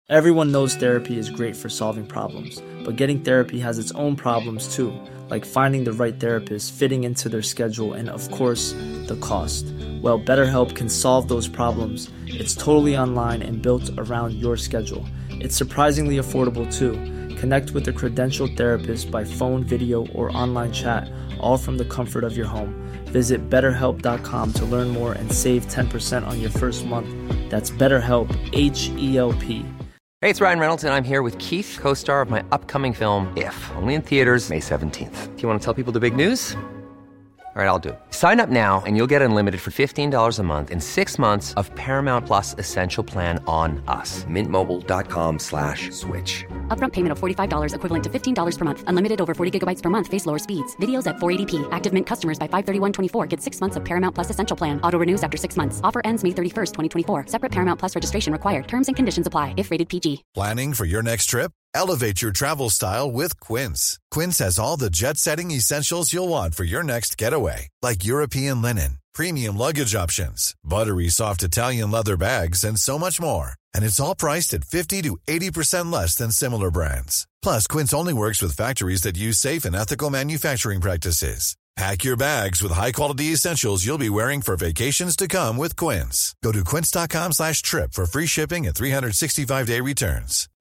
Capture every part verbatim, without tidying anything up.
Everyone knows therapy is great for solving problems, but getting therapy has its own problems too, like finding the right therapist, fitting into their schedule, and of course, the cost. Well, BetterHelp can solve those problems. It's totally online and built around your schedule. It's surprisingly affordable too. Connect with a credentialed therapist by phone, video, or online chat, all from the comfort of your home. Visit better help dot com to learn more and save ten percent on your first month. That's BetterHelp, H E L P. Hey, it's Ryan Reynolds, and I'm here with Keith, co-star of my upcoming film, If, only in theaters May seventeenth. Do you want to tell people the big news? All right, I'll do it. Sign up now and you'll get unlimited for fifteen dollars a month and six months of Paramount Plus Essential Plan on us. Mint Mobile dot com slash switch. Upfront payment of forty-five dollars equivalent to fifteen dollars per month. Unlimited over forty gigabytes per month. Face lower speeds. Videos at four eighty p. Active Mint customers by five thirty-one twenty-four get six months of Paramount Plus Essential Plan. Auto renews after six months. Offer ends May thirty-first, twenty twenty-four. Separate Paramount Plus registration required. Terms and conditions apply if rated P G. Planning for your next trip? Elevate your travel style with Quince. Quince has all the jet-setting essentials you'll want for your next getaway, like European linen, premium luggage options, buttery soft Italian leather bags, and so much more. And it's all priced at fifty to eighty percent less than similar brands. Plus, Quince only works with factories that use safe and ethical manufacturing practices. Pack your bags with high-quality essentials you'll be wearing for vacations to come with Quince. Go to quince dot com slash trip for free shipping and three sixty-five day returns.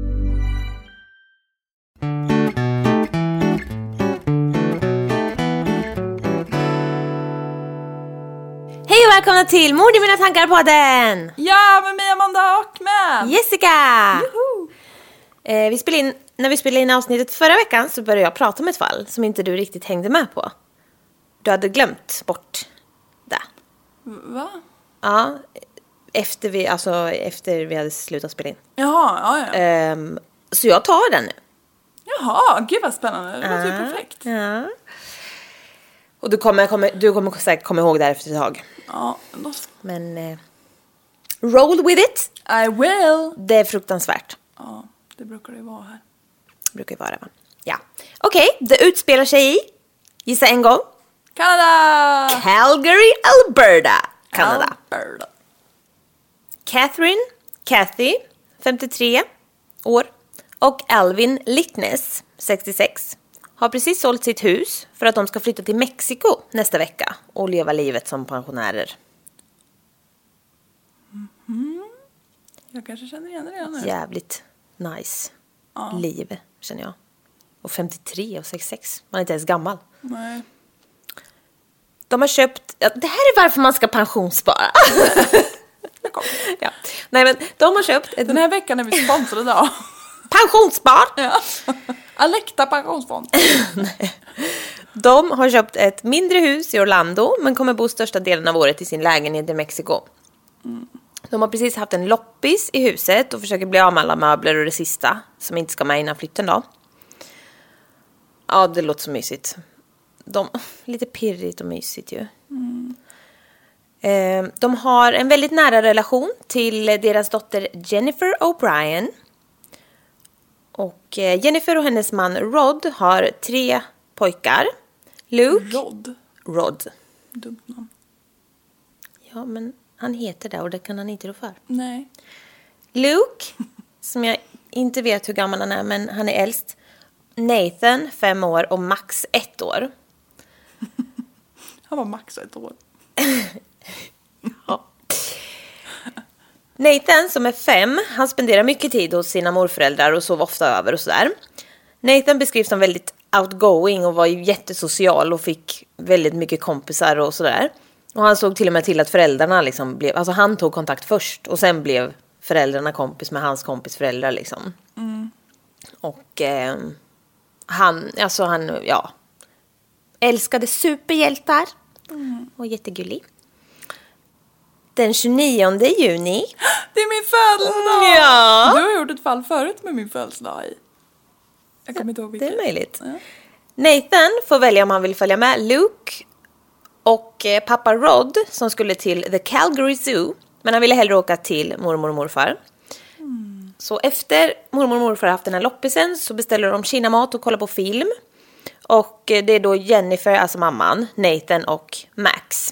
Hej och välkomna till Mord i mina tankar-podden! Ja, med mig Amanda och med Jessica! Eh, vi spelade in, när vi spelade in avsnittet förra veckan så började jag prata om ett fall som inte du riktigt hängde med på. Du hade glömt bort det. Va? Ja, efter vi, alltså, efter vi hade slutat spela in. Jaha, ja, ja. Eh, så jag tar den nu. Jaha, gud vad spännande. Det låter ju perfekt. Ja. Och du kommer, kommer, du kommer säkert komma ihåg det här efter ett tag. Ja, då. Men eh, roll with it. I will. Det är fruktansvärt. Ja, det brukar det vara här. Brukar ju vara, va? Ja. Okej, okay, det utspelar sig i, gissa en gång. Kanada! Calgary, Alberta. Kanada. Alberta. Catherine, Kathy, femtiotre år. Och Alvin Litness, sextiosex. Har precis sålt sitt hus för att de ska flytta till Mexiko nästa vecka och leva livet som pensionärer. Mm-hmm. Jag kanske känner igen det redan nu. Jävligt nice ja. liv, känner jag. Och femtiotre och sextiosex. Man är inte ens gammal. Nej. De har köpt... Ja, det här är varför man ska pensionsspara. ja. Nej, men de har köpt... Ett... Den här veckan är vi sponsrade då. Pensionsspar! Ja. Alekta pensionsfond. De har köpt ett mindre hus i Orlando men kommer bo största delen av året i sin lägenhet i Mexiko. Mm. De har precis haft en loppis i huset och försöker bli av med alla möbler och det sista som inte ska med innan flytten då. Ja, det låter så mysigt. De, lite pirrigt och mysigt ju. Mm. Eh, de har en väldigt nära relation till deras dotter Jennifer O'Brien. Och Jennifer och hennes man Rod har tre pojkar. Luke. Rod. Rod. Dumt namn. Ja, men han heter det och det kan han inte rå för. Nej. Luke, som jag inte vet hur gammal han är, men han är äldst. Nathan, fem år och Max, ett år. Han var Max ett år. Ja. Nathan, som är fem, han spenderar mycket tid hos sina morföräldrar och sov ofta över och sådär. Nathan beskrivs som väldigt outgoing och var jättesocial och fick väldigt mycket kompisar och sådär. Och han såg till och med till att föräldrarna liksom blev... Alltså han tog kontakt först och sen blev föräldrarna kompis med hans kompis föräldrar liksom. Mm. Och eh, han, alltså han, ja, älskade superhjältar mm. och jättegullig. Den tjugonionde juni. Det är min födelsedag! Ja. Du har gjort ett fall förut med min födelsedag i. Jag kommer inte ihåg vilket. Det är möjligt. Ja. Nathan får välja om han vill följa med Luke och eh, pappa Rod som skulle till The Calgary Zoo. Men han ville hellre åka till mormor och morfar. Mm. Så efter mormor och morfar haft den här loppisen så beställer de kinamat och kollar på film. Och eh, det är då Jennifer, alltså mamman, Nathan och Max.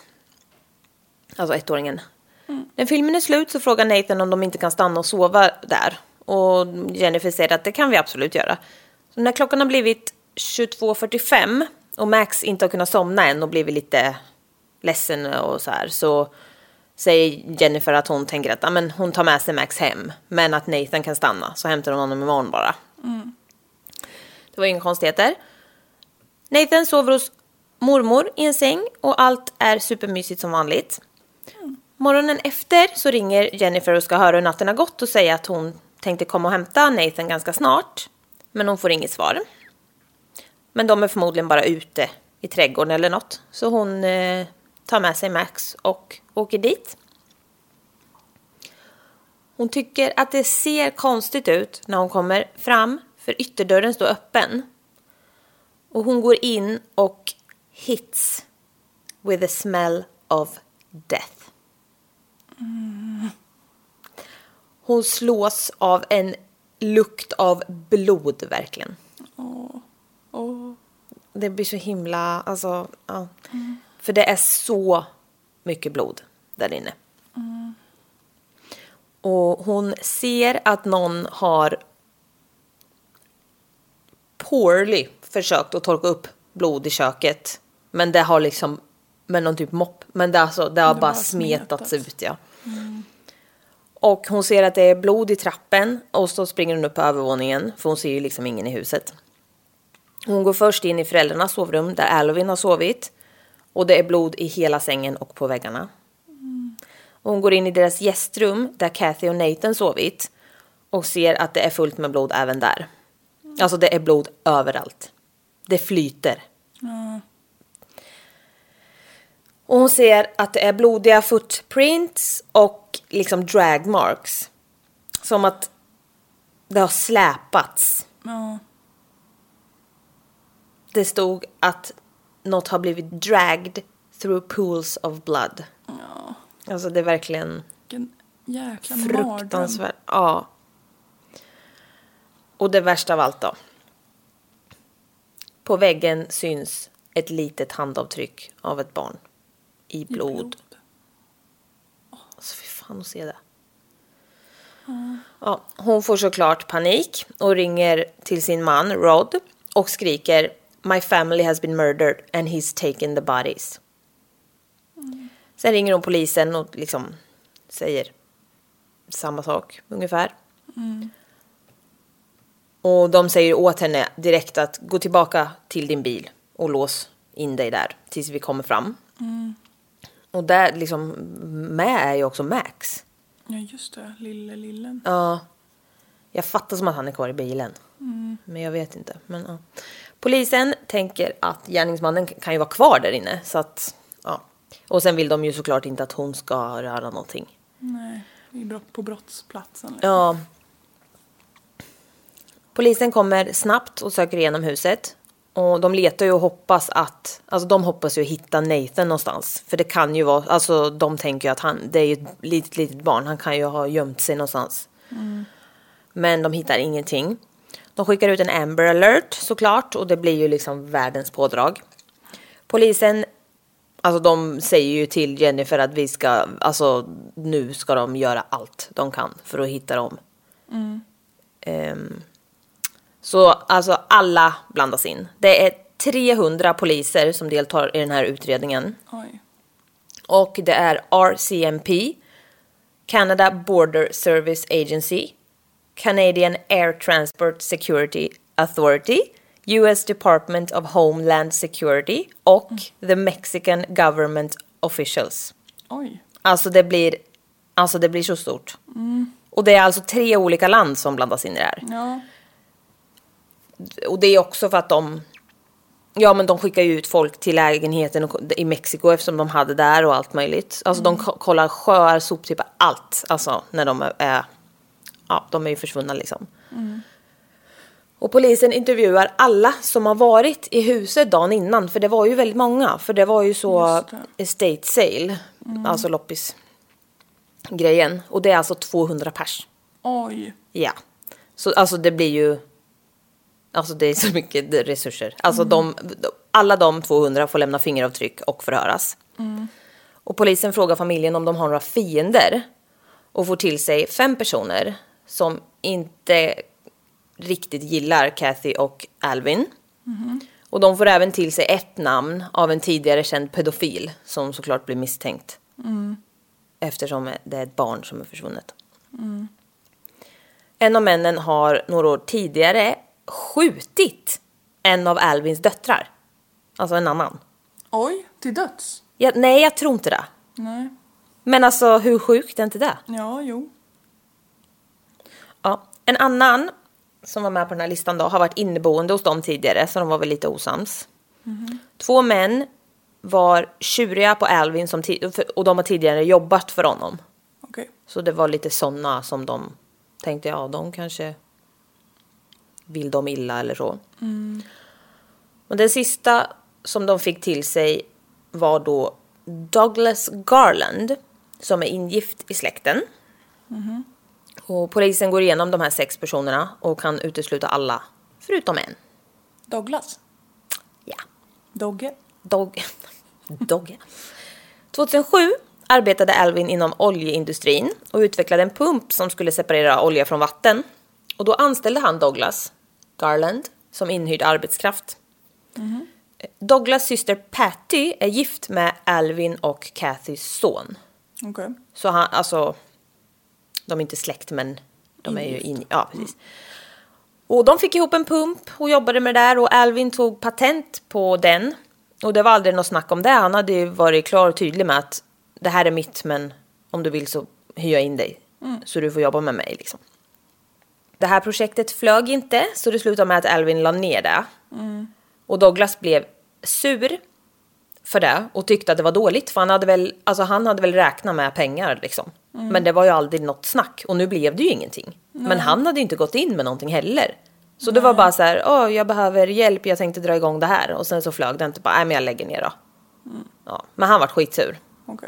Alltså ettåringen. Mm. När filmen är slut så frågar Nathan om de inte kan stanna och sova där. Och Jennifer säger att det kan vi absolut göra. Så när klockan har blivit tjugotvå fyrtiofem och Max inte har kunnat somna än och blivit lite ledsen och så här, så säger Jennifer att hon tänker att ja, men hon tar med sig Max hem, men att Nathan kan stanna, så hämtar hon honom imorgon bara. Mm. Det var inga konstigheter. Nathan sover hos mormor i en säng och allt är supermysigt som vanligt. Mm. Morgonen efter så ringer Jennifer och ska höra hur natten har gått och säga att hon tänkte komma och hämta Nathan ganska snart, men hon får inget svar. Men de är förmodligen bara ute i trädgården eller något, så hon eh, tar med sig Max och åker dit. Hon tycker att det ser konstigt ut när hon kommer fram, för ytterdörren står öppen. Och hon går in och hits with a smell of death. Mm. Hon slås av en lukt av blod, verkligen. Oh. Oh. Det blir så himla, alltså, ja. Mm. För det är så mycket blod där inne. Mm. Och hon ser att någon har poorly försökt att torka upp blod i köket. Men det har liksom, med någon typ mopp. Men det, alltså, det har det bara smetats smetat. ut, ja. Mm. Och hon ser att det är blod i trappen. Och så springer hon upp på övervåningen. För hon ser ju liksom ingen i huset. Hon går först in i föräldrarnas sovrum där Alvin har sovit. Och det är blod i hela sängen och på väggarna. Mm. Och hon går in i deras gästrum där Kathy och Nathan sovit. Och ser att det är fullt med blod även där. Mm. Alltså det är blod överallt. Det flyter. Mm. Och hon ser att det är blodiga footprints och liksom drag marks. Som att det har släpats. Mm. Det stod att något har blivit dragged through pools of blood. Ja. Alltså det är verkligen jäkla fruktansvärt. Ja. Och det värsta av allt då. På väggen syns ett litet handavtryck av ett barn. I blod. I blod. Alltså fy fan att se det. Mm. Ja, hon får såklart panik och ringer till sin man Rod och skriker: My family has been murdered and he's taken the bodies. Mm. Sen ringer hon polisen och liksom säger samma sak ungefär. Mm. Och de säger åt henne direkt att gå tillbaka till din bil och lås in dig där tills vi kommer fram. Mm. Och där liksom med är ju också Max. Ja just det, lille lillen. Ja. Jag fattar som att han är kvar i bilen. Mm. Men jag vet inte. Men, ja. Polisen tänker att gärningsmannen kan ju vara kvar där inne. Så att, ja. Och sen vill de ju såklart inte att hon ska röra någonting. Nej, på brottsplatsen. Liksom. Ja. Polisen kommer snabbt och söker igenom huset. Och de letar ju och hoppas att... Alltså de hoppas ju hitta Nathan någonstans. För det kan ju vara... Alltså de tänker ju att han... Det är ju ett litet, litet barn. Han kan ju ha gömt sig någonstans. Mm. Men de hittar ingenting. De skickar ut en Amber Alert såklart. Och det blir ju liksom världens pådrag. Polisen... Alltså de säger ju till Jennifer att vi ska... Alltså nu ska de göra allt de kan för att hitta dem. Mm. Um, så alltså alla blandas in. Det är trehundra poliser som deltar i den här utredningen. Oj. Och det är R C M P, Canada Border Service Agency, Canadian Air Transport Security Authority, U S Department of Homeland Security och mm. the Mexican Government Officials. Oj. Alltså det blir, alltså det blir så stort. Mm. Och det är alltså tre olika land som blandas in i det här. Ja. Och det är också för att de... Ja, men de skickar ju ut folk till lägenheten i Mexiko eftersom de hade där och allt möjligt. Alltså mm. de kollar sjöar, soptippar, allt. Alltså när de är... Ja, de är ju försvunna liksom. Mm. Och polisen intervjuar alla som har varit i huset dagen innan. För det var ju väldigt många. För det var ju så estate sale. Mm. Alltså loppis-grejen. Och det är alltså tvåhundra pers. Oj. Ja. Så alltså det blir ju... Alltså det är så mycket resurser. Alltså mm. de, alla de tvåhundra får lämna fingeravtryck och förhöras. Mm. Och polisen frågar familjen om de har några fiender. Och får till sig fem personer som inte riktigt gillar Kathy och Alvin. Mm. Och de får även till sig ett namn av en tidigare känd pedofil som såklart blir misstänkt. Mm. Eftersom det är ett barn som är försvunnet. Mm. En av männen har några år tidigare skjutit en av Alvins döttrar. Alltså en annan. Oj, till döds? Ja, nej, jag tror inte det. Nej. Men alltså, hur sjukt är inte det? Ja, jo. Ja, en annan som var med på den här listan då har varit inneboende hos dem tidigare, så de var väl lite osams. Mm-hmm. Två män var tjuriga på Alvin som t- och de har tidigare jobbat för honom. Okay. Så det var lite sådana som de tänkte, ja, de kanske vill de illa eller så. Mm. Och den sista som de fick till sig var då Douglas Garland, som är ingift i släkten. Mm-hmm. Och polisen går igenom de här sex personerna och kan utesluta alla förutom en. Douglas? Ja. Dogge? Dog. Dogge. tjugohundrasju arbetade Alvin inom oljeindustrin och utvecklade en pump som skulle separera olja från vatten. Och då anställde han Douglas Garland som inhyrd arbetskraft. Mm-hmm. Douglas syster Patty är gift med Alvin och Kathys son. Okej. Okay. Så han, alltså, de är inte släkt, men de är ju in, ja, precis. Och de fick ihop en pump och jobbade med det där, och Alvin tog patent på den. Och det var aldrig något snack om det. Han hade ju varit klar och tydlig med att det här är mitt, men om du vill så hyr jag in dig. Mm. Så du får jobba med mig liksom. Det här projektet flög inte, så det slutade med att Alvin la ner det. Mm. Och Douglas blev sur för det och tyckte att det var dåligt. För han hade väl, alltså han hade väl räknat med pengar liksom. Mm. Men det var ju aldrig något snack. Och nu blev det ju ingenting. Nej. Men han hade inte gått in med någonting heller. Så Nej. Det var bara så här, åh, jag behöver hjälp, jag tänkte dra igång det här. Och sen så flög det inte, bara, nej men jag lägger ner då. Mm. Ja, men han var skitsur. Okay.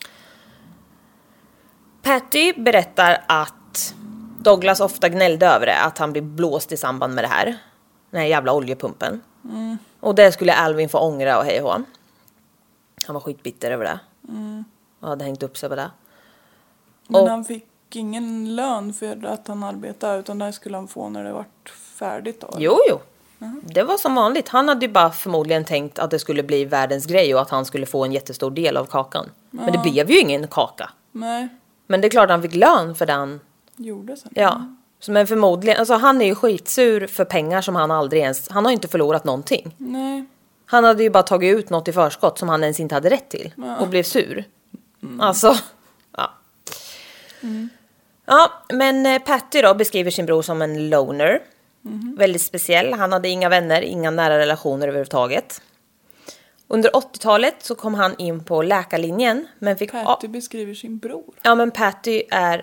Patty berättar att Douglas ofta gnällde över det, att han blev blåst i samband med det här. Den här jävla oljepumpen. Mm. Och det skulle Alvin få ångra och hej och hå. Han var skitbitter över det. Mm. Och hade hängt upp sig på det. Men och, han fick ingen lön för att han arbetade, utan det skulle han få när det var färdigt då? Jo, jo. Mm. Det var som vanligt. Han hade ju bara förmodligen tänkt att det skulle bli världens grej och att han skulle få en jättestor del av kakan. Ja. Men det blev ju ingen kaka. Nej. Men det är klart han fick lön för den. Gjorde sen. Ja. Så men förmodligen, alltså han är ju skitsur för pengar som han aldrig ens, han har ju inte förlorat någonting. Nej. Han hade ju bara tagit ut något i förskott som han ens inte hade rätt till. Ja. Och blev sur. Mm. Alltså, ja. Mm. Ja, men Patty då beskriver sin bror som en loner. Mm. Väldigt speciell. Han hade inga vänner, inga nära relationer överhuvudtaget. Under åttiotalet så kom han in på läkarlinjen. Men fick Patty a- beskriver sin bror. Ja, men Patty är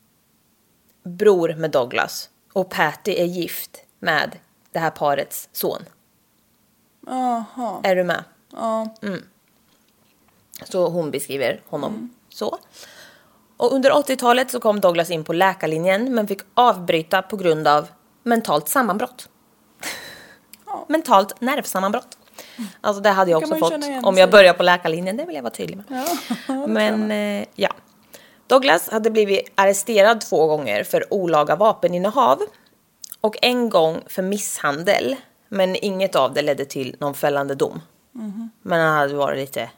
bror med Douglas. Och Patty är gift med det här parets son. Aha. Är du med? Ja. Mm. Så hon beskriver honom mm. så. Och under åttiotalet så kom Douglas in på läkarlinjen, men fick avbryta på grund av mentalt sammanbrott. Ja. Mentalt nervsammanbrott. Alltså det hade jag också fått om jag börjar på läkarlinjen, det vill jag vara tydlig med. Ja, men eh, ja. Douglas hade blivit arresterad två gånger för olaga vapeninnehav och en gång för misshandel. Men inget av det ledde till någon fällande dom. Mm-hmm. Men han hade varit lite...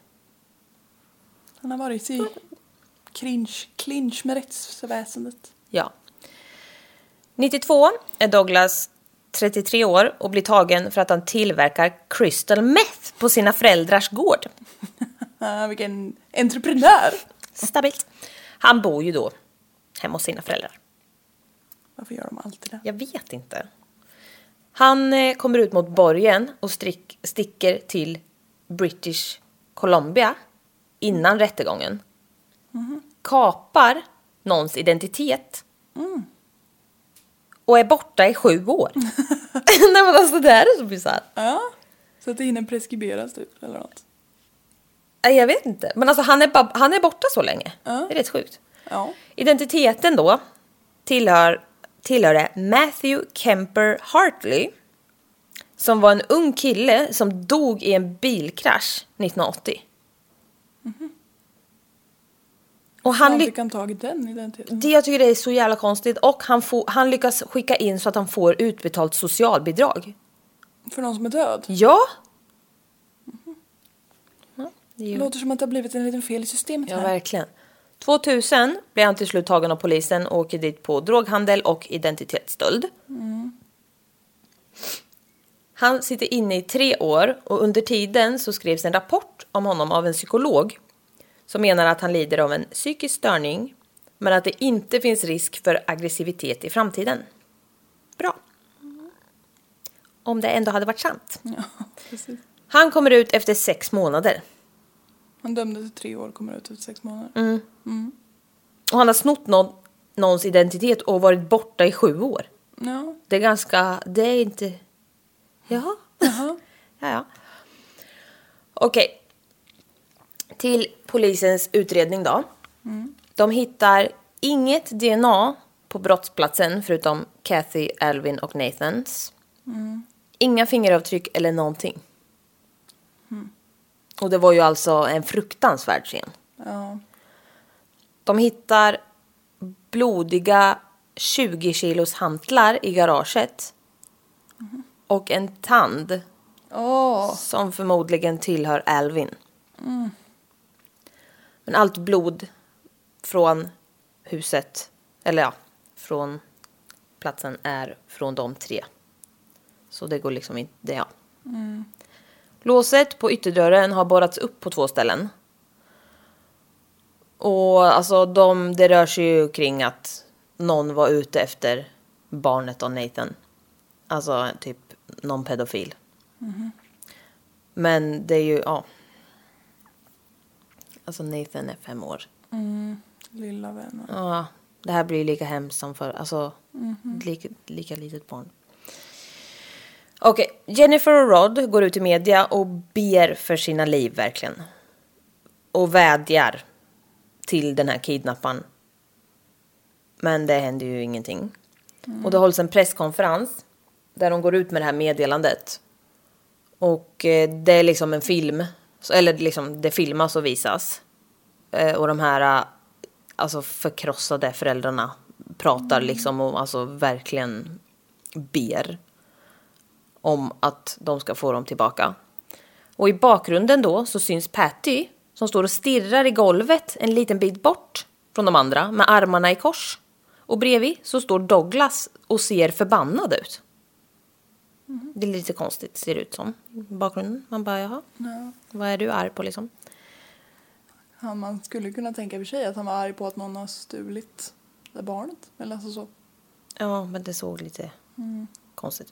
Han har varit i clinch, clinch med rättsväsendet. Ja. nittiotvå är Douglas trettiotre år och blir tagen för att han tillverkar crystal meth på sina föräldrars gård. Vilken entreprenör! Stabilt. Han bor ju då hemma hos sina föräldrar. Varför gör de alltid det? Jag vet inte. Han eh, kommer ut mot borgen och strick, sticker till British Columbia innan rättegången. Mm. Kapar någons identitet. Mm. Och är borta i sju år. Nej, men alltså det här är så bisarrt. Ja, så att det hinner preskriberas typ eller något. Jag vet inte. Men alltså han är, bara, han är borta så länge. Ja. Det är rätt sjukt. Ja. Identiteten då tillhör, tillhörde Matthew Kemper Hartley. Som var en ung kille som dog i en bilkrasch nittonhundraåttio. Mm-hmm. Och han, han ly- fick han tag i den identiteten? det jag tycker det är så jävla konstigt. Och han, får, han lyckas skicka in så att han får utbetalt socialbidrag. För någon som är död? Ja. Ja, det är Det ju... låter som att det har blivit en liten fel i systemet Ja, här. verkligen. tvåtusen blir han till slut tagen av polisen och åker dit på droghandel och identitetsstöld. Mm. Han sitter inne i tre år och under tiden så skrivs en rapport om honom av en psykolog som menar att han lider av en psykisk störning men att det inte finns risk för aggressivitet i framtiden. Bra. Om det ändå hade varit sant. Ja, precis. Han kommer ut efter sex månader. Han dömdes till tre år, kommer ut efter sex månader. Mm. Mm. Och han har snott någon, någons identitet och varit borta i sju år. Ja. Det är ganska... Det är inte... Jaha. Jaha. ja, ja. Okej. Till polisens utredning då. Mm. De hittar inget D N A på brottsplatsen förutom Kathy, Alvin och Nathans. Mm. Inga fingeravtryck eller någonting. Mm. Och det var ju alltså en fruktansvärd scen. Ja. De hittar blodiga tjugo kilos hantlar i garaget. Mm. Och en tand. Oh. Som förmodligen tillhör Alvin. Mm. Men allt blod från huset, eller ja, från platsen är från de tre. Så det går liksom inte, ja. Mm. Låset på ytterdörren har borrats upp på två ställen. Och alltså de, det rör sig ju kring att någon var ute efter barnet av Nathan. Alltså typ någon pedofil. Mm. Men det är ju, ja. Alltså Nathan är fem år. Mm. Lilla vän. Ja, det här blir lika hemskt som för, alltså mm-hmm. lika, lika litet barn. Okej, okay. Jennifer och Rod går ut i media och ber för sina liv verkligen. Och vädjar till den här kidnapparen. Men det händer ju ingenting. Mm. Och det hålls en presskonferens där de går ut med det här meddelandet. Och eh, det är liksom en film, eller liksom det filmas och visas. Eh, och de här alltså förkrossade föräldrarna pratar mm. liksom och alltså verkligen ber om att de ska få dem tillbaka. Och i bakgrunden då så syns Patty som står och stirrar i golvet en liten bit bort från de andra med armarna i kors. Och bredvid så står Douglas och ser förbannad ut. Mm. Det är lite konstigt ser det ut som i bakgrunden. Man bara, jaha, ja. Vad är du arg på liksom? Ja, man skulle kunna tänka för sig att han var arg på att någon har stulit det barnet. Eller alltså så. Ja, men det såg lite mm. konstigt.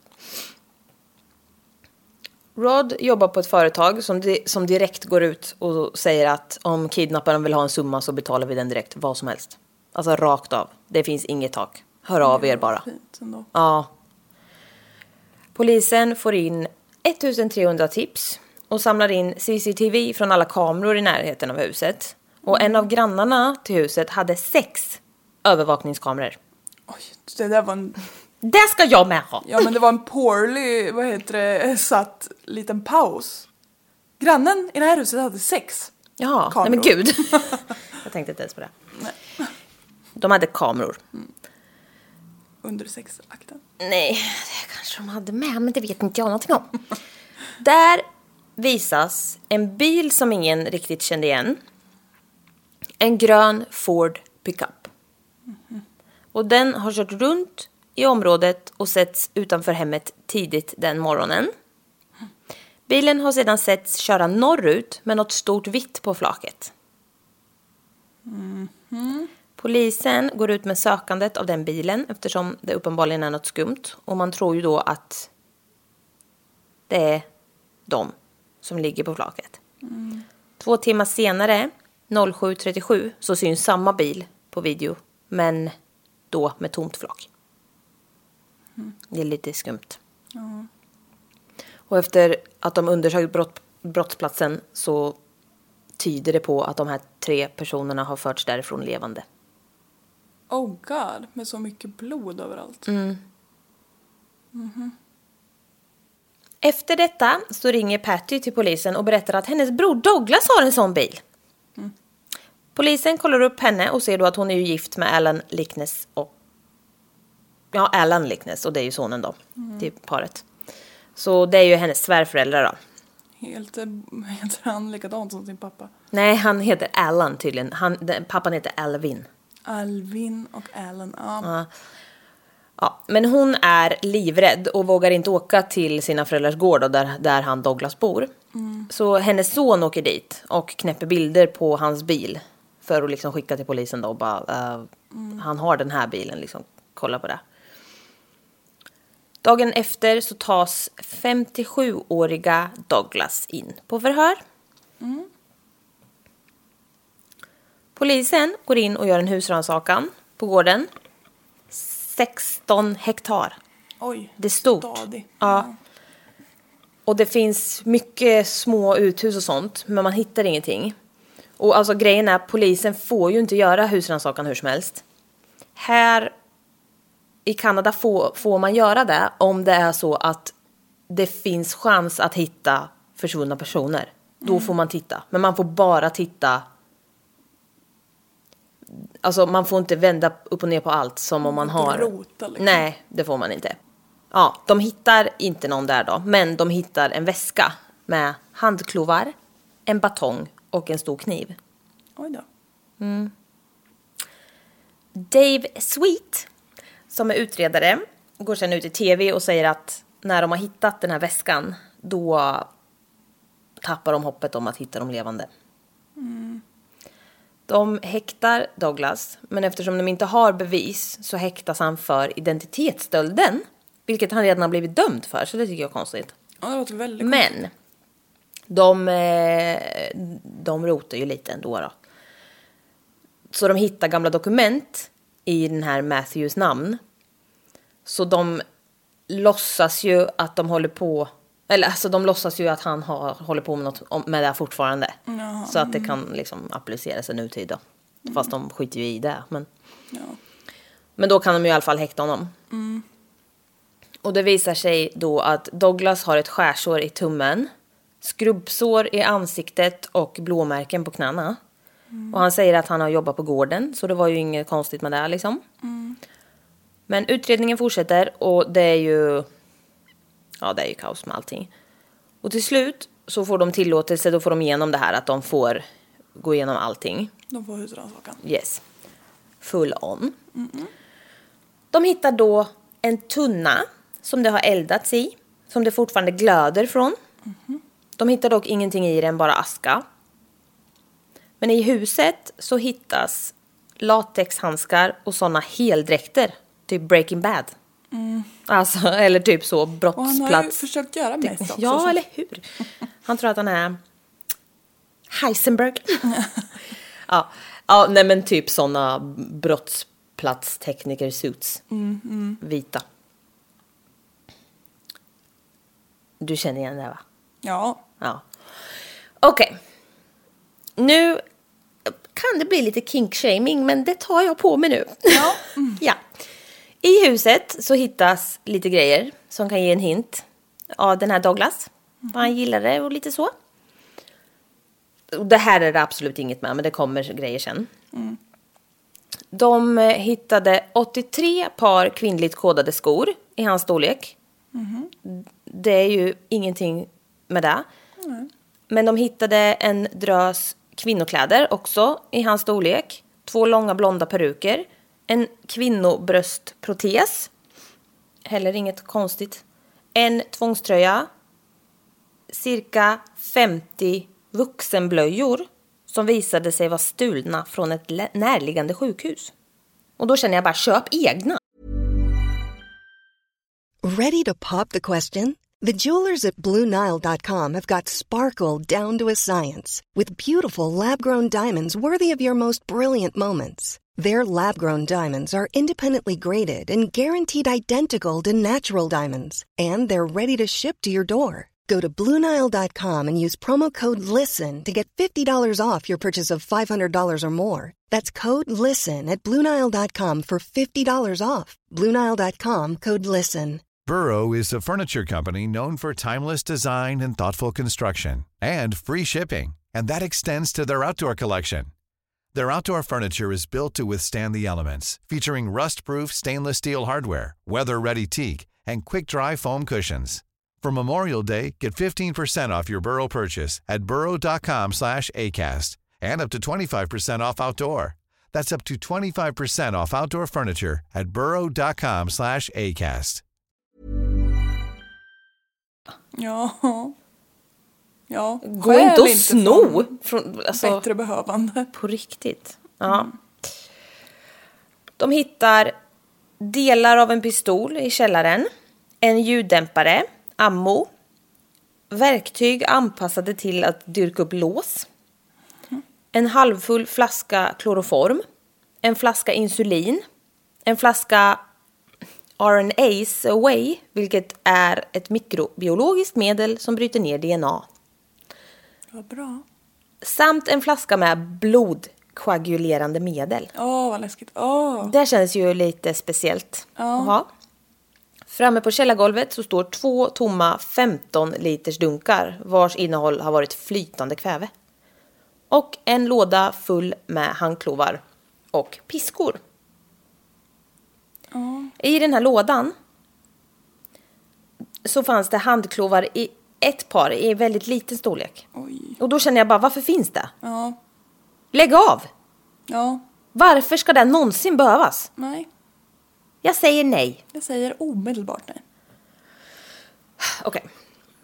Rod jobbar på ett företag som, di- som direkt går ut och säger att om kidnapparen vill ha en summa så betalar vi den direkt, vad som helst. Alltså rakt av. Det finns inget tak. Hör av er bara. Fint ändå. Ja. Polisen får in ettusentrehundra tips och samlar in C C T V från alla kameror i närheten av huset. Och en av grannarna till huset hade sex övervakningskameror. Oj, det där var en... Det ska jag med ha! Ja, men det var en poorly, vad heter det, satt liten paus. Grannen i det här huset hade sex Jaha, kameror. Nej men gud. Jag tänkte inte ens på det. Nej. De hade kameror. Mm. Under sexakten. Nej, det kanske de hade med, men det vet inte jag någonting om. Där visas en bil som ingen riktigt kände igen. En grön Ford pickup. Mm-hmm. Och den har kört runt i området och setts utanför hemmet tidigt den morgonen. Bilen har sedan setts köra norrut med något stort vitt på flaket. Mm-hmm. Polisen går ut med sökandet av den bilen eftersom det uppenbarligen är något skumt. Och man tror ju då att det är de som ligger på flaket. Mm. Två timmar senare, sju trettiosju, så syns samma bil på video. Men då med tomt flak. Mm. Det är lite skumt. Mm. Och efter att de undersökt brott, brottsplatsen så tyder det på att de här tre personerna har förts därifrån levande. Oh god, med så mycket blod överallt. Mm. Mm-hmm. Efter detta så ringer Patty till polisen och berättar att hennes bror Douglas har en sån bil. Mm. Polisen kollar upp henne och ser då att hon är ju gift med Alan Lickness och ja, Alan Lickness, och det är ju sonen då, mm. till paret. Så det är ju hennes svärföräldrar då. Helt, heter han likadant som sin pappa? Nej, han heter Alan tydligen. Han, den, pappan heter Alvin. Alvin och Alan, ja. ja. Ja, men hon är livrädd och vågar inte åka till sina föräldrars gård då, där, där han Douglas bor. Mm. Så hennes son åker dit och knäpper bilder på hans bil för att liksom skicka till polisen då och bara, uh, mm. han har den här bilen, liksom, kolla på det. Dagen efter så tas femtiosjuåriga Douglas in på förhör. Mm. Polisen går in och gör en husrannsakan på gården. sexton hektar. Oj, det är stort. Stadig. Ja. Och det finns mycket små uthus och sånt, men man hittar ingenting. Och alltså grejen är, polisen får ju inte göra husrannsakan hur som helst. Här i Kanada får, får man göra det om det är så att det finns chans att hitta försvunna personer. Då mm. får man titta. Men man får bara titta. Alltså man får inte vända upp och ner på allt som om man har. Rota, liksom. Nej, det får man inte. Ja, de hittar inte någon där då. Men de hittar en väska med handklovar, en batong och en stor kniv. Oj då. Mm. Dave Sweet, som är utredare, går sedan ut i tv och säger att när de har hittat den här väskan, då tappar de hoppet om att hitta dem levande. Mm. De häktar Douglas, men eftersom de inte har bevis så häktas han för identitetsstölden, vilket han redan har blivit dömd för, så det tycker jag är konstigt. Ja, det låter väldigt men konstigt. de, de rotar ju lite ändå då. Så de hittar gamla dokument i den här Matthews namn. Så de låtsas ju att de håller på, eller alltså de låtsas ju att han har, håller på med något med det fortfarande. Mm. Så att det kan liksom appliceras i nutid då. Mm. Fast de skiter ju i det. Men, ja. men då kan de ju i alla fall häkta honom. Mm. Och det visar sig då att Douglas har ett skärsår i tummen, skrubbsår i ansiktet och blåmärken på knäna. Mm. Och han säger att han har jobbat på gården, så det var ju inget konstigt med det liksom. Mm. Men utredningen fortsätter och det är ju ja, det är ju kaos med allting. Och till slut så får de tillåtelse, då får de igenom det här att de får gå igenom allting. De får husrannsakan. Yes. Full on. Mm-mm. De hittar då en tunna som det har eldats i, som det fortfarande glöder från. Mm-hmm. De hittar dock ingenting i den, bara aska. Men i huset så hittas latexhandskar och sådana heldräkter, typ Breaking Bad. Mm. Alltså, eller typ så brottsplats. Och han har ju försökt göra mest också. Ja, så. Eller hur? Han tror att han är Heisenberg. ja. ja, nej men typ sådana brottsplatstekniker suits. Mm, mm. Vita. Du känner igen det, va? Ja. Ja. Okej. Okay. Nu kan det bli lite kink-shaming, men det tar jag på mig nu. Ja. Mm. ja. I huset så hittas lite grejer som kan ge en hint av den här Douglas. Mm. Han gillar det och lite så. Det här är det absolut inget med, men det kommer grejer sen. Mm. De hittade åttiotre par kvinnligt kodade skor i hans storlek. Mm. Det är ju ingenting med det. Mm. Men de hittade en drös kvinnokläder också i hans storlek. Två långa blonda peruker. En kvinnobröstprotes. Heller inget konstigt. En tvångströja. Cirka femtio vuxenblöjor som visade sig vara stulna från ett närliggande sjukhus. Och då känner jag bara, köp egna. Ready to pop the question? The jewelers at Blue Nile dot com have got sparkle down to a science with beautiful lab-grown diamonds worthy of your most brilliant moments. Their lab-grown diamonds are independently graded and guaranteed identical to natural diamonds, and they're ready to ship to your door. Go to Blue Nile dot com and use promo code LISTEN to get fifty dollars off your purchase of five hundred dollars or more. That's code LISTEN at Blue Nile dot com for fifty dollars off. Blue Nile dot com, code LISTEN. Burrow is a furniture company known for timeless design and thoughtful construction, and free shipping, and that extends to their outdoor collection. Their outdoor furniture is built to withstand the elements, featuring rust-proof stainless steel hardware, weather-ready teak, and quick-dry foam cushions. For Memorial Day, get fifteen percent off your Burrow purchase at burrow.com slash ACAST and up to twenty-five percent off outdoor. That's up to twenty-five percent off outdoor furniture at burrow.com slash ACAST. Ja. Ja. Gå inte och sno. Från, alltså, bättre behövande. På riktigt. Ja. Mm. De hittar delar av en pistol i källaren. En ljuddämpare. Ammo. Verktyg anpassade till att dyrka upp lås. Mm. En halvfull flaska kloroform. En flaska insulin. En flaska R N A's away, vilket är ett mikrobiologiskt medel som bryter ner D N A. Vad bra. Samt en flaska med blodkoagulerande medel. Åh, oh, vad läskigt. Oh. Det känns ju lite speciellt. Oh. Framme på källargolvet så står två tomma femton liters dunkar vars innehåll har varit flytande kväve. Och en låda full med handklovar och piskor. Oh. I den här lådan så fanns det handklovar i ett par i väldigt liten storlek. Oj. Och då känner jag bara, varför finns det? Ja. Lägg av! Ja. Varför ska det någonsin behövas? Nej. Jag säger nej. Jag säger omedelbart nej. Okej. Okay.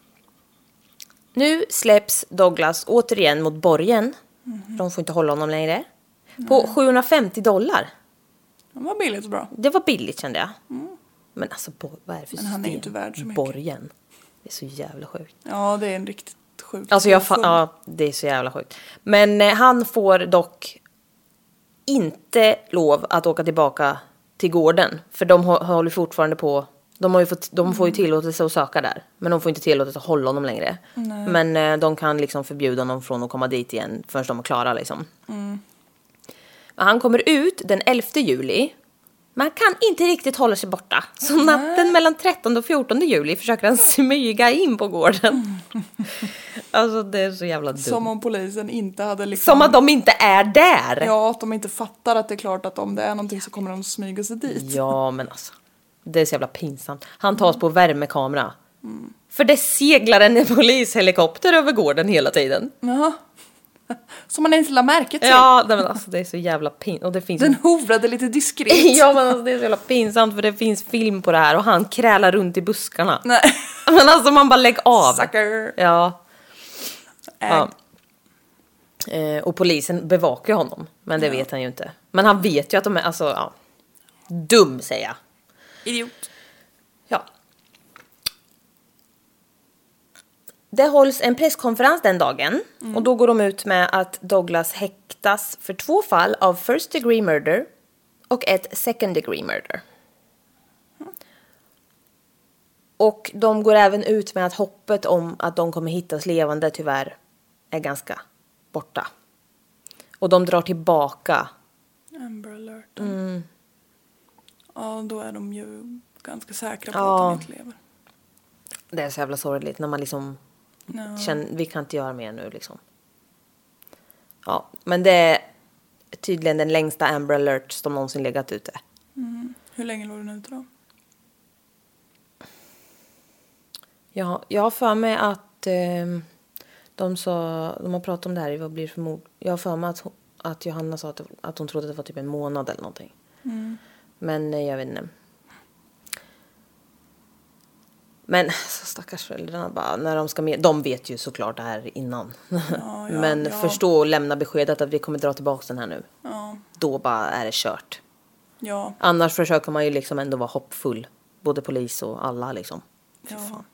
Nu släpps Douglas återigen mot borgen. Mm-hmm. De får inte hålla honom längre. Nej. På sjuhundrafemtio dollar. Det var billigt och bra. Det var billigt, kände jag. Mm. Men alltså, vad är det för Men han är ju inte värd så mycket. Borgen. Det är så jävla sjukt. Ja, det är en riktigt sjuk. Alltså jag fa- ja, det är så jävla sjukt. Men eh, han får dock inte lov att åka tillbaka till gården. För de hå- håller fortfarande på. De, har ju fått, de får ju tillåtelse att söka där. Men de får inte tillåtelse att hålla honom längre. Nej. Men eh, de kan liksom förbjuda honom från att komma dit igen. Förrän de är klara liksom. Mm. Men han kommer ut den elfte juli. Man kan inte riktigt hålla sig borta. Så natten Nej. mellan trettonde och fjortonde juli försöker han smyga in på gården. Alltså det är så jävla dumt. Som om polisen inte hade liksom... Som att de inte är där. Ja, att de inte fattar att det är klart att om det är någonting så kommer de smyga sig dit. Ja, men alltså. Det är så jävla pinsamt. Han tas på värmekamera. Mm. För det seglar en polishelikopter över gården hela tiden. Jaha. Som man inte la märke till. Ja, men alltså det är så jävla pinsamt. Finns... Den hovrade lite diskret. Ja, men alltså det är så jävla pinsamt för det finns film på det här och han krälar runt i buskarna. Nej. Men alltså man bara lägger av. Sucker. Ja. ja. Eh, och polisen bevakar honom. Men det ja. vet han ju inte. Men han vet ju att de är, alltså, ja. Dum, säger jag. Idiot. Ja. Det hålls en presskonferens den dagen. Mm. Och då går de ut med att Douglas häktas för två fall av first degree murder och ett second degree murder. Mm. Och de går även ut med att hoppet om att de kommer hittas levande tyvärr är ganska borta. Och de drar tillbaka. Amber alert. Mm. Ja, då är de ju ganska säkra på ja. att de inte lever. Det är så jävla sorgligt när man liksom no. känner, vi kan inte göra mer nu liksom. Ja, men det är tydligen den längsta Amber alert som någonsin legat ute. Mm. Hur länge låg den ute då? Ja, jag har för mig att eh, de sa, de har pratat om det här, vad blir det för mord? Jag har för mig att, att Johanna sa att, att hon trodde att det var typ en månad eller någonting. Mm. Men eh, jag vet inte. Men så stackars föräldrarna bara, när de ska med, de vet ju såklart det här innan. Ja, ja, men ja. förstå och lämna beskedet att vi kommer dra tillbaka den här nu. Ja. Då bara är det kört. Ja. Annars försöker man ju liksom ändå vara hoppfull. Både polis och alla liksom. Ja. Fan.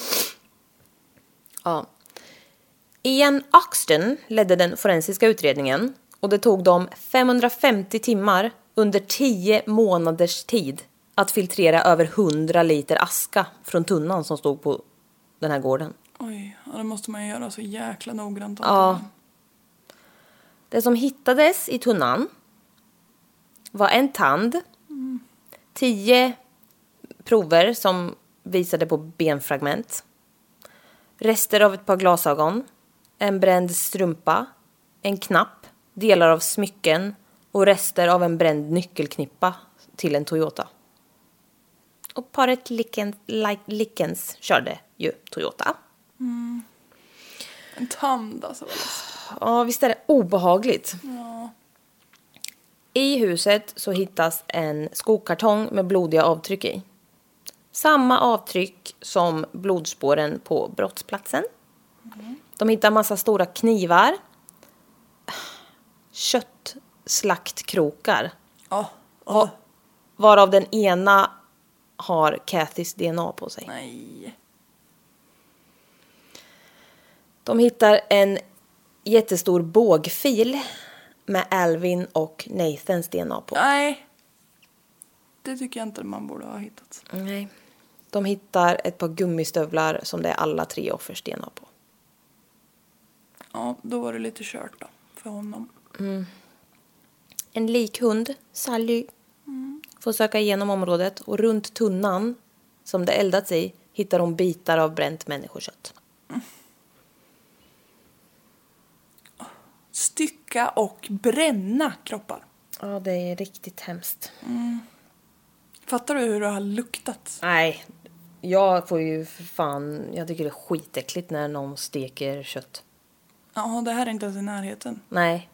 Ja. Ian Oxton ledde den forensiska utredningen. Och det tog dem femhundrafemtio timmar under tio månaders tid att filtrera över hundra liter aska från tunnan som stod på den här gården. Oj, ja, det måste man ju göra så jäkla noggrant. Ja. Det som hittades i tunnan var en tand, mm. tio prover som visade på benfragment, rester av ett par glasögon, en bränd strumpa, en knapp, delar av smycken och rester av en bränd nyckelknippa till en Toyota. Och paret Lickens, Lickens körde ju Toyota. Mm. En tand alltså. Ja, visst är det obehagligt. Ja. I huset så hittas en skokartong med blodiga avtryck i. Samma avtryck som blodspåren på brottsplatsen. Mm. De hittar massa stora knivar. Köttslaktkrokar. Oh. Oh. Varav den ena har Cathys D N A på sig. Nej. De hittar en jättestor bågfil med Alvin och Nathans D N A på. Nej. Det tycker jag inte man borde ha hittat. Nej. De hittar ett par gummistövlar som det är alla tre offers D N A på. Ja, då var det lite kört då för honom. Mm. En likhund, Sally, mm. får söka igenom området och runt tunnan som det eldats i hittar de bitar av bränt människokött. Mm. Stycka och bränna kroppar. Ja, det är riktigt hemskt. Mm. Fattar du hur det har luktat? Nej, jag får ju för fan... Jag tycker det är skitäckligt när någon steker kött. Ja, det här är inte ens i närheten. Nej.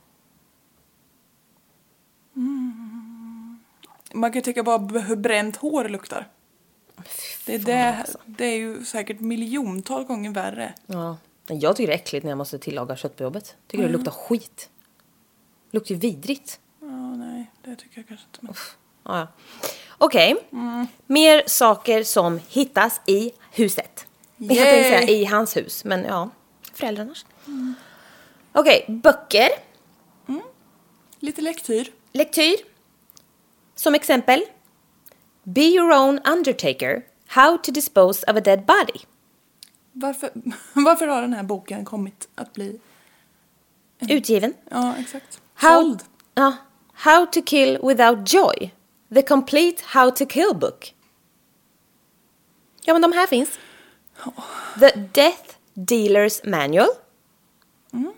Mm. Man kan tycka bara hur bränt hår luktar. Det är, det, alltså. Det är ju säkert miljontals gånger värre. Ja, jag tycker det är äckligt när jag måste tillaga kött på jobbet. Tycker mm. det luktar skit. Det luktar ju vidrigt. Ja, nej, det tycker jag kanske inte. Men... Ja, ja. Okej, okay. mm. Mer saker som hittas i huset. Jag tänkte säga i hans hus, men ja, föräldrarnas. Mm. Okej, okay, böcker. Mm. Lite lektyr. Lektyr. Som exempel. Be your own undertaker. How to dispose of a dead body. Varför, varför har den här boken kommit att bli... En... Utgiven. Ja, exakt. How, uh, how to kill without joy. The complete How to Kill book. Ja, men de här finns. Oh. The Death Dealer's Manual. Mm.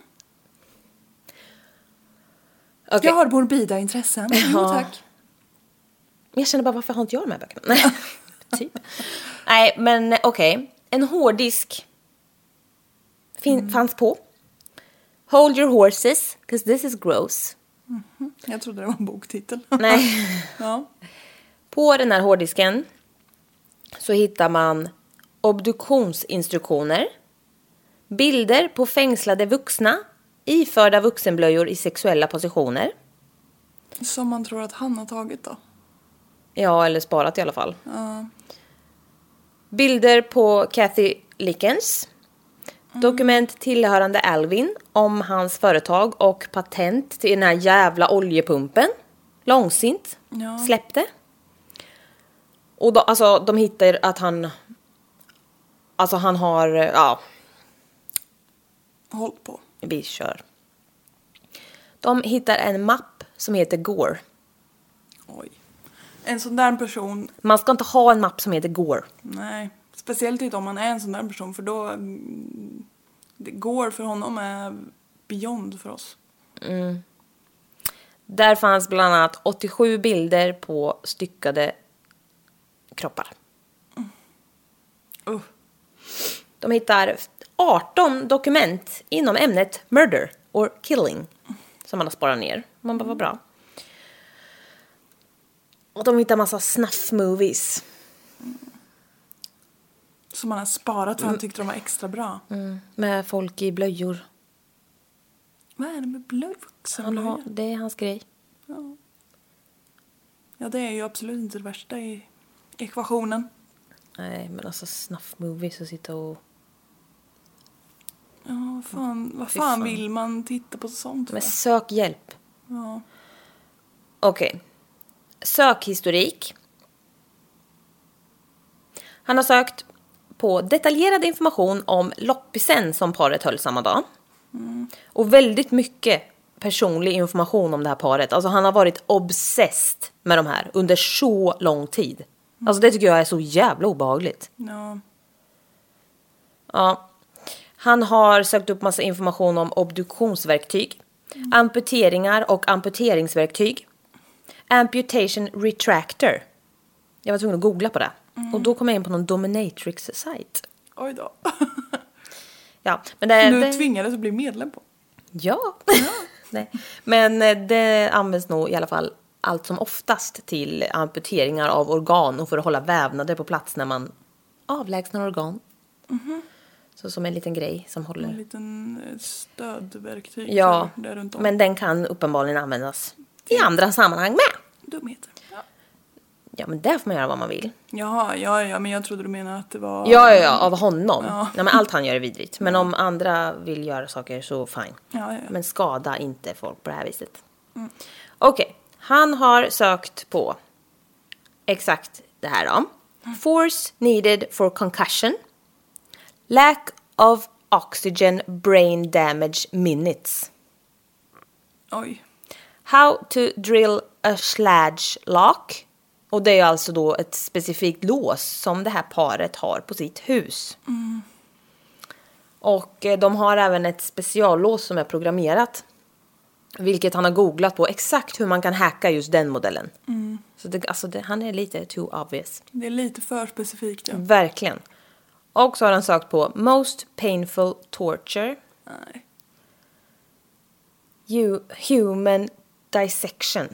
Okay. Jag har morbida intressen. Jo, ja. Tack. Jag känner bara, varför har inte jag de här böckerna? Nej, typ. Nej, men okej. Okay. En hårddisk fin- mm. fanns på. Hold your horses, because this is gross. Mm-hmm. Jag trodde det var en boktitel. Nej. Ja. På den här hårddisken så hittar man obduktionsinstruktioner, bilder på fängslade vuxna, iförda vuxenblöjor i sexuella positioner. Som man tror att han har tagit då? Ja, eller sparat i alla fall. Ja. Bilder på Cathy Lickens. Mm. Dokument tillhörande Alvin om hans företag och patent till den här jävla oljepumpen. Långsint. Ja. Släppte. Och då, alltså, de hittar att han... Alltså han har... Ja. Hållt på. Vi kör. De hittar en mapp som heter Gore. Oj. En sån där person... Man ska inte ha en mapp som heter Gore. Nej. Speciellt inte om man är en sån där person. För då... Det går för honom är beyond för oss. Mm. Där fanns bland annat åttiosju bilder på styckade kroppar. Mm. Uh. De hittar arton dokument inom ämnet murder or killing. Som man har sparat ner. Man bara, vad bra. Och de hittar massa snuff-movies. Mm. Som man har sparat för han tyckte de var extra bra. Mm. Med folk i blöjor. Vad är det med blöjor? Det är hans grej. Ja. Ja, det är ju absolut inte det värsta i ekvationen. Nej, men alltså snuff-movies och sitta och... Ja, vad fan, vad fan, fan vill man titta på sånt för? Men sök hjälp. Ja. Okej. Okay. Sökhistorik. Han har sökt på detaljerad information om loppisen som paret höll samma dag. Mm. Och väldigt mycket personlig information om det här paret. Alltså han har varit obsessed med de här under så lång tid. Mm. Alltså det tycker jag är så jävla obehagligt. Ja. Ja. Han har sökt upp massa information om obduktionsverktyg. Mm. Amputeringar och amputeringsverktyg. Amputation retractor. Jag var tvungen att googla på det. Mm. Och då kom jag in på någon dominatrix-sajt. Oj då. Ja, men det, du det... tvingades att bli medlem på. Ja. ja. Nej. Men det används nog i alla fall allt som oftast till amputeringar av organ och för att hålla vävnader på plats när man avlägsnar organ. Mm-hmm. Så som en liten grej som håller... En liten stödverktyg. Ja, där runt om. Men den kan uppenbarligen användas i andra sammanhang med. Dumheter. Ja. Ja, men där får man göra vad man vill. Jaha, ja, ja, men jag trodde du menade att det var... Ja, ja, ja av honom. Ja. Nej, men allt han gör är vidrigt. Men om andra vill göra saker så fine. Ja, ja. Men skada inte folk på det här viset. Mm. Okej, okay. Han har sökt på exakt det här då. Mm. Force needed for concussion. Lack of oxygen brain damage minutes. Oj. How to drill a sludge lock. Och det är alltså då ett specifikt lås som det här paret har på sitt hus. Mm. Och de har även ett speciallås som är programmerat. Vilket han har googlat på exakt hur man kan hacka just den modellen. Mm. Så det, alltså det, han är lite too obvious. Det är lite för specifikt, ja. Verkligen. Och så har han sökt på most painful torture. Nej. You, human dissection.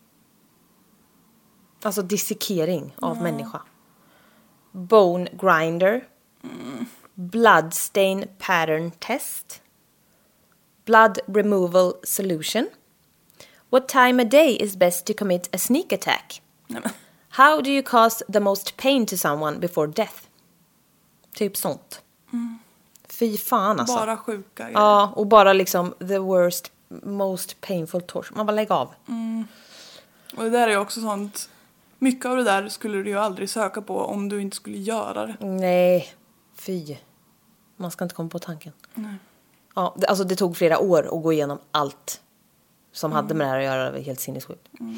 Alltså dissekering av mm. människa. Bone grinder. Mm. Bloodstain pattern test. Blood removal solution. What time a day is best to commit a sneak attack? Mm. How do you cause the most pain to someone before death? Typ sånt. Mm. Fy fan alltså. Bara sjuka grejer. Ja, och bara liksom the worst, most painful torture. Man bara lägger av. Mm. Och det där är ju också sånt... Mycket av det där skulle du ju aldrig söka på om du inte skulle göra det. Nej, fy. Man ska inte komma på tanken. Nej. Ja, det, alltså det tog flera år att gå igenom allt som mm. hade med det här att göra. Det var helt sinnessjukt. Mm.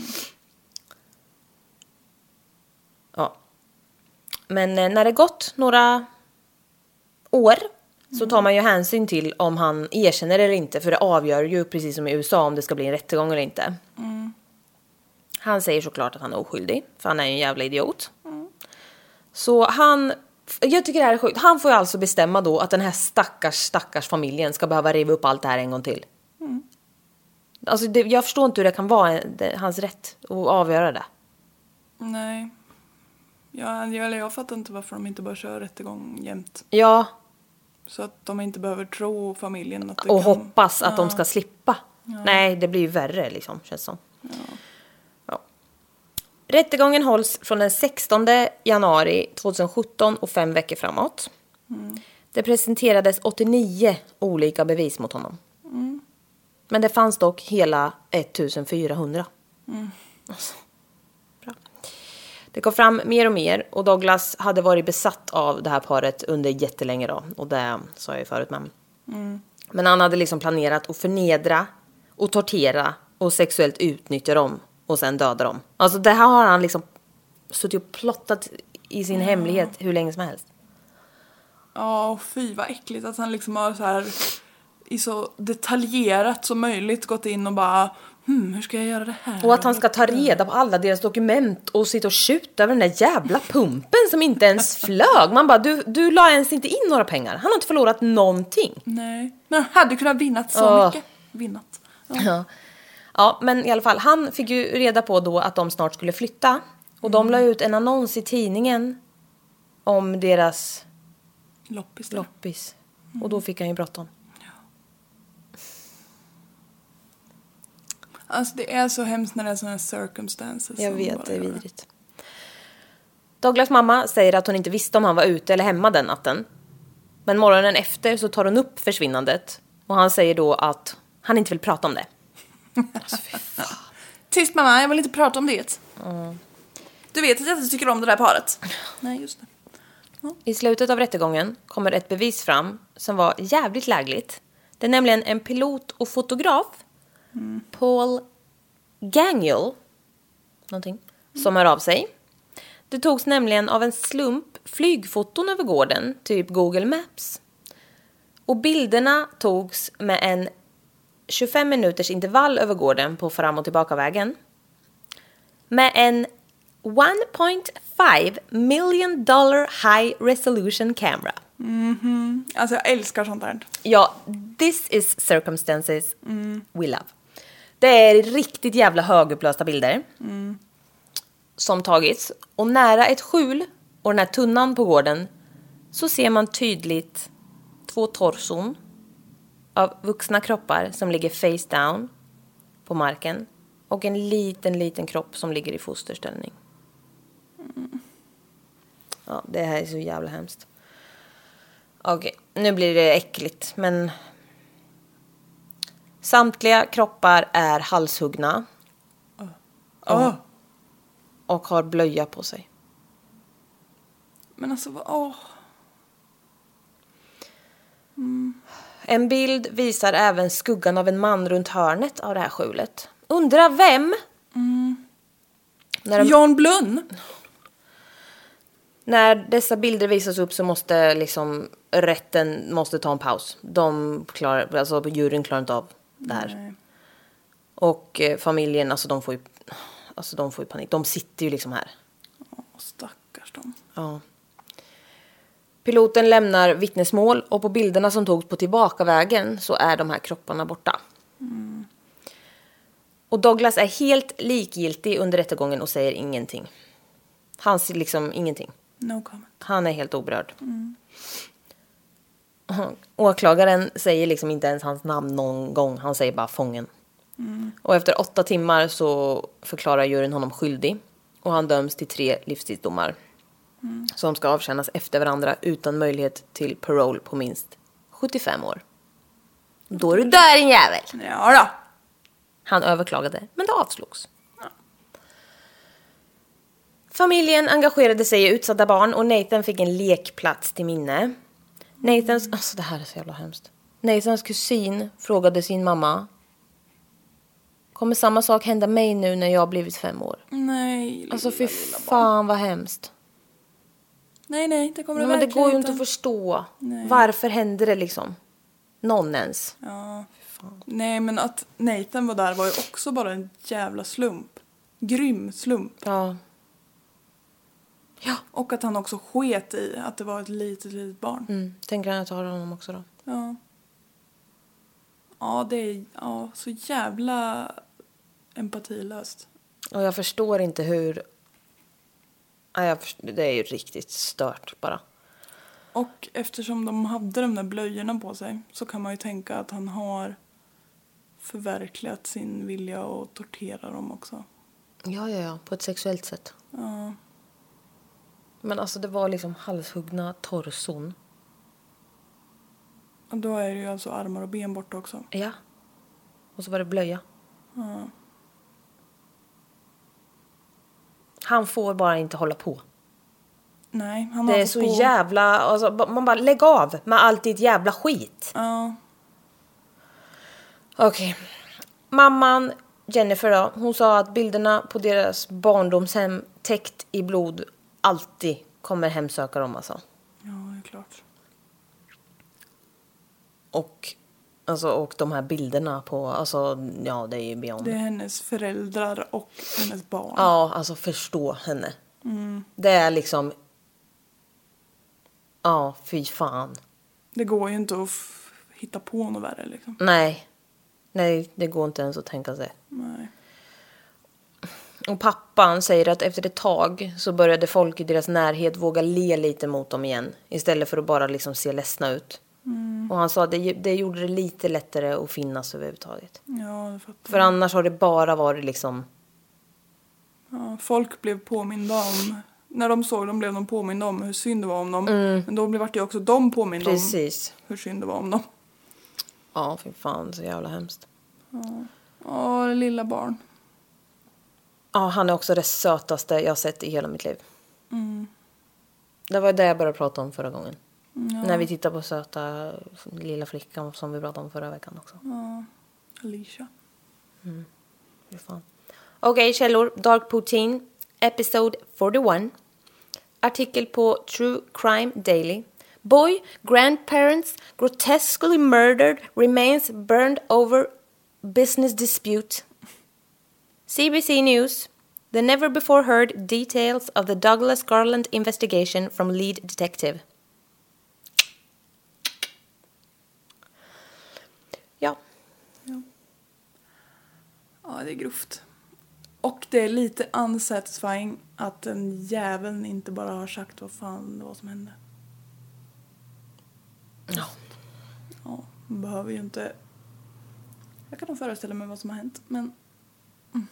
Ja. Men eh, när det gått några år mm. så tar man ju hänsyn till om han erkänner eller inte. För det avgör ju precis som i U S A om det ska bli en rättegång eller inte. Mm. Han säger såklart att han är oskyldig. För han är en jävla idiot. Mm. Så han... Jag tycker det här är sjukt. Han får ju alltså bestämma då att den här stackars, stackars familjen ska behöva riva upp allt det här en gång till. Mm. Alltså det, jag förstår inte hur det kan vara det, hans rätt att avgöra det. Nej. Ja, jag, jag fattar inte varför de inte bara kör rättegång jämt. Ja. Så att de inte behöver tro familjen att det Och kan... hoppas att ja. de ska slippa. Ja. Nej, det blir ju värre liksom, känns som. Ja. Ja. Rättegången hålls från den sextonde januari tjugosjutton och fem veckor framåt. Mm. Det presenterades åttionio olika bevis mot honom. Mm. Men det fanns dock hela ettusenfyrahundra. Mm. Alltså, bra. Det kom fram mer och mer och Douglas hade varit besatt av det här paret under jättelänge då. Och det sa jag ju förut med. Mm. Men han hade liksom planerat att förnedra och tortera och sexuellt utnyttja dem och sen döda dem. Alltså det här har han liksom suttit och plottat i sin mm. hemlighet hur länge som helst. Ja, och fy vad äckligt att han liksom har så här i så detaljerat som möjligt gått in och bara hmm, hur ska jag göra det här? Och att han ska ta reda på alla deras dokument och sitta och skjuta över den där jävla pumpen som inte ens flög. Man bara, du, du la ens inte in några pengar. Han har inte förlorat någonting. Nej, men han hade kunnat vinnat så oh. mycket. Vinnat. Ja. Ja. Ja, men i alla fall, han fick ju reda på då att de snart skulle flytta. Och mm. de la ut en annons i tidningen om deras loppis. loppis. Mm. Och då fick han ju bråttom. Ja. Alltså det är så hemskt när det är sådana circumstances. Jag vet, det är vidrigt. Douglas mamma säger att hon inte visste om han var ute eller hemma den natten. Men morgonen efter så tar hon upp försvinnandet. Och han säger då att han inte vill prata om det. Alltså, tyst mamma, jag vill inte prata om det. Mm. Du vet att jag inte tycker om det där paret. Nej, just det. Mm. I slutet av rättegången kommer ett bevis fram som var jävligt lägligt. Det är nämligen en pilot och fotograf, mm. Paul Gagnon, någonting, som hör av sig. Det togs nämligen av en slump flygfoton över gården, typ Google Maps. Och bilderna togs med en tjugofem minuters intervall över gården på fram- och tillbakavägen. Med en one point five million dollar high resolution camera. Mhm. Alltså jag älskar sånt här. Ja, this is circumstances mm. we love. Det är riktigt jävla högupplösta bilder. Mm. Som tagits. Och nära ett skjul och den här tunnan på gården så ser man tydligt två torson av vuxna kroppar som ligger face down på marken. Och en liten, liten kropp som ligger i fosterställning. Mm. Ja, det här är så jävla hemskt. Okej, nu blir det äckligt, men samtliga kroppar är halshuggna. Oh. Oh. Och har blöja på sig. Men alltså, åh. Mm. En bild visar även skuggan av en man runt hörnet av det här skjulet. Undrar vem? Mm. När de... Jan Blund. När dessa bilder visas upp så måste liksom rätten måste ta en paus. De klarar, alltså juryn klarar inte av det här. Nej. Och eh, familjen, alltså de får ju alltså de får ju panik. De sitter ju liksom här. Åh, stackars dem. Ja. Piloten lämnar vittnesmål och på bilderna som togs på tillbakavägen så är de här kropparna borta. Mm. Och Douglas är helt likgiltig under rättegången och säger ingenting. Han säger liksom ingenting. No comment. Han är helt oberörd. Mm. Åklagaren säger liksom inte ens hans namn någon gång. Han säger bara fången. Mm. Och efter åtta timmar så förklarar juryn honom skyldig. Och han döms till tre livstidsdomar. Mm. Som ska avtjänas efter varandra utan möjlighet till parole på minst sjuttiofem år. Då är du där, en jävel! Ja då. Han överklagade, men det avslogs. Ja. Familjen engagerade sig i utsatta barn och Nathan fick en lekplats till minne. Nathans, alltså det här är så jävla hemskt. Nathans kusin frågade sin mamma: kommer samma sak hända mig nu när jag har blivit fem år? Nej. Alltså fy fan vad hemskt. Nej, nej, det kommer det men verkligen det går ju inte inte att förstå. Nej. Varför händer det liksom? Någon ens. Ja. Nej, men att Nathan var där var ju också bara en jävla slump. Grym slump. Ja. Ja. Och att han också sket i att det var ett litet, litet barn. Mm. Tänker han att ha honom också då? Ja. Ja, det är ja, så jävla empatilöst. Och jag förstår inte hur... Ja, jag förstår... Det är ju riktigt stört bara. Och eftersom de hade de där blöjorna på sig så kan man ju tänka att han har förverkligat sin vilja att tortera dem också. Ja, ja, ja. På ett sexuellt sätt. Ja. Men alltså det var liksom halshuggna torson. Och då är det ju alltså armar och ben borta också. Ja. Och så var det blöja. Ja. Han får bara inte hålla på. Nej, han det har är så på... jävla... Alltså, man bara, lägg av med allt ditt jävla skit. Ja. Okej. Okay. Mamman, Jennifer då, hon sa att bilderna på deras barndomshem täckt i blod alltid kommer hemsöka dem alltså. Ja, det är klart. Och, alltså, och de här bilderna på, alltså, ja det är ju beyond. Det är hennes föräldrar och hennes barn. Ja, alltså förstå henne. Mm. Det är liksom, ja, fy fan. Det går ju inte att f- hitta på något värre liksom. Nej, nej, det går inte ens att tänka sig. Nej. Och pappan säger att efter ett tag så började folk i deras närhet våga le lite mot dem igen. Istället för att bara liksom se ledsna ut. Mm. Och han sa att det, det gjorde det lite lättare att finnas överhuvudtaget. Ja, det fattar. För annars har det bara varit liksom... Ja, folk blev påminda om... När de såg dem blev de påminda om hur synd det var om dem. Mm. Men då blev det också de påminda Precis. om hur synd det var om dem. Ja, för fan, så jävla hemskt. Ja, ja lilla barn. Ja, han är också det sötaste jag har sett i hela mitt liv. Mm. Det var det jag började prata om förra gången. Ja. När vi tittar på söta lilla flickan som vi pratade om förra veckan också. Ja, Alicia. Mm. Okej, okay, källor. Dark Poutine, episode fyrtioett. Artikel på True Crime Daily. Boy, grandparents grotesquely murdered, remains burned over business dispute. C B C News. The never before heard details of the Douglas Garland investigation from lead detective. Ja. Ja. Ja, det är grovt. Och det är lite unsatisfying att en jäveln inte bara har sagt vad fan det var som hände. Ja. Ja, man behöver ju inte... Jag kan nog föreställa mig vad som har hänt, men... Mm.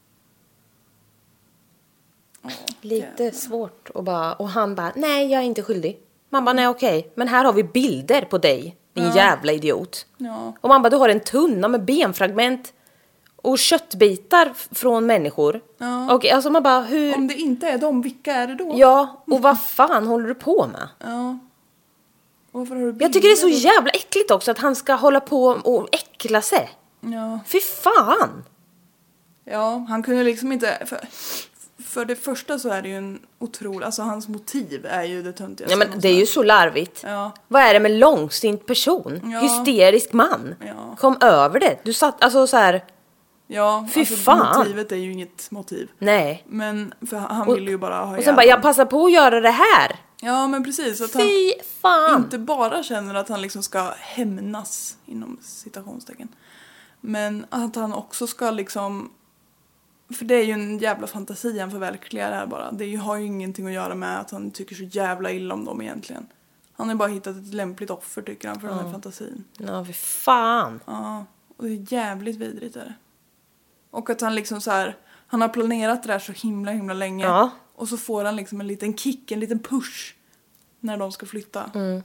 Ja, Lite jävlar. svårt att bara... Och han bara, nej jag är inte skyldig. Man bara, nej okej. Men här har vi bilder på dig, din Ja. jävla idiot. Ja. Och man bara, du har en tunna med benfragment och köttbitar f- från människor. Ja. Och alltså man bara, hur... Om det inte är dem, vilka är det då? Ja, och vad fan håller du på med? Ja. Och varför har du Jag tycker det är så bilder? jävla äckligt också att han ska hålla på och äckla sig. Ja. Fy fan! Ja, han kunde liksom inte... För, för det första så är det ju en otrolig... Alltså hans motiv är ju det töntigaste. Ja men det är ju så larvigt. Ja. Vad är det med långsint person? Ja. Hysterisk man. Ja. Kom över det. Du satt, alltså så här. Ja, Fy alltså fan. motivet är ju inget motiv. Nej. Men för han Och- ville ju bara ha Och sen ihjäl bara, jag honom. passar på att göra det här. Ja, men precis. Att han Fy fan. inte bara känner att han liksom ska hämnas inom citationstecken. Men att han också ska liksom... För det är ju en jävla fantasi han förverkligar här bara. Det har ju ingenting att göra med att han tycker så jävla illa om dem egentligen. Han har bara hittat ett lämpligt offer tycker han för den här fantasin. Ja, fy fan. Ja, och det är jävligt vidrigt är det. Och att han liksom så här, han har planerat det där så himla himla länge. Ja. Och så får han liksom en liten kick, en liten push när de ska flytta. Mm.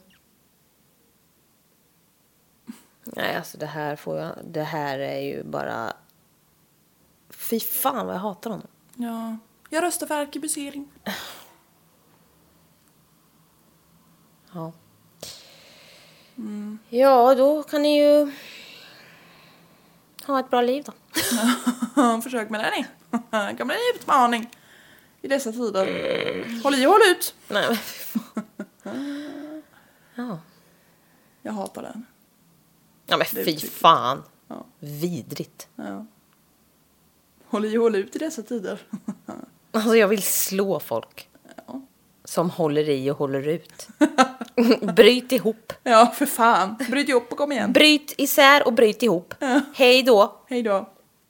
Nej, alltså det här får jag... Det här är ju bara... Fy fan vad jag hatar honom. Ja, jag röstar för arkebusering. Ja. Mm. Ja, då kan ni ju ha ett bra liv då. Försök med det ni. Det kan bli en utmaning i dessa tider. Håll i och håll ut. Nej, men fy fan. Ja. Jag hatar den. Ja, men Det fy tycker jag. fan. Ja. Vidrigt. Ja. Håll i och håll ut i dessa tider. Alltså jag vill slå folk. Ja. Som håller i och håller ut. Bryt ihop. Ja, för fan. Bryt ihop och kom igen. Bryt isär och bryt ihop. Hej då. Hej då.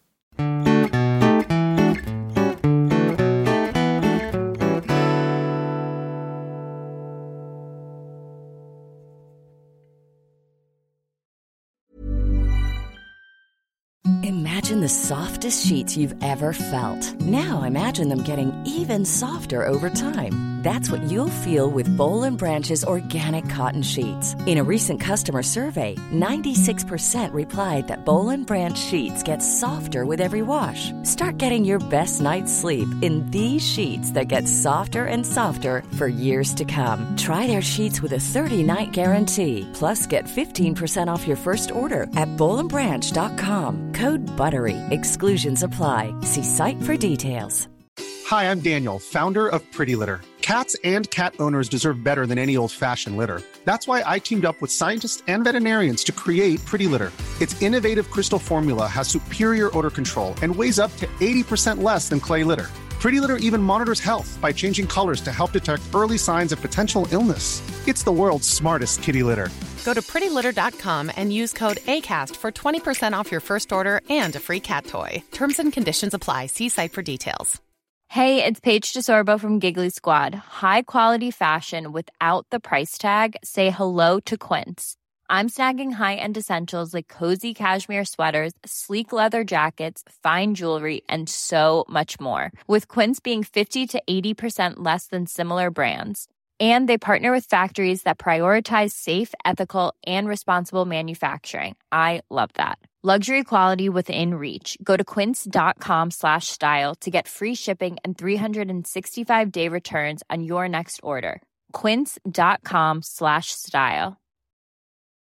Imagine the softest sheets you've ever felt. Now imagine them getting even softer over time. That's what you'll feel with Boll and Branch's organic cotton sheets. In a recent customer survey, ninety-six percent replied that Boll and Branch sheets get softer with every wash. Start getting your best night's sleep in these sheets that get softer and softer for years to come. Try their sheets with a thirty-night guarantee. Plus, get fifteen percent off your first order at boll and branch dot com. Code BUTTERY. Exclusions apply. See site for details. Hi, I'm Daniel, founder of Pretty Litter. Cats and cat owners deserve better than any old-fashioned litter. That's why I teamed up with scientists and veterinarians to create Pretty Litter. Its innovative crystal formula has superior odor control and weighs up to eighty percent less than clay litter. Pretty Litter even monitors health by changing colors to help detect early signs of potential illness. It's the world's smartest kitty litter. Go to pretty litter dot com and use code ACAST for twenty percent off your first order and a free cat toy. Terms and conditions apply. See site for details. Hey, it's Paige DeSorbo from Giggly Squad. High quality fashion without the price tag. Say hello to Quince. I'm snagging high-end essentials like cozy cashmere sweaters, sleek leather jackets, fine jewelry, and so much more. With Quince being fifty to eighty percent less than similar brands. And they partner with factories that prioritize safe, ethical, and responsible manufacturing. I love that. Luxury quality within reach. Go to quince dot com slash style to get free shipping and three sixty-five day returns on your next order. quince dot com slash style.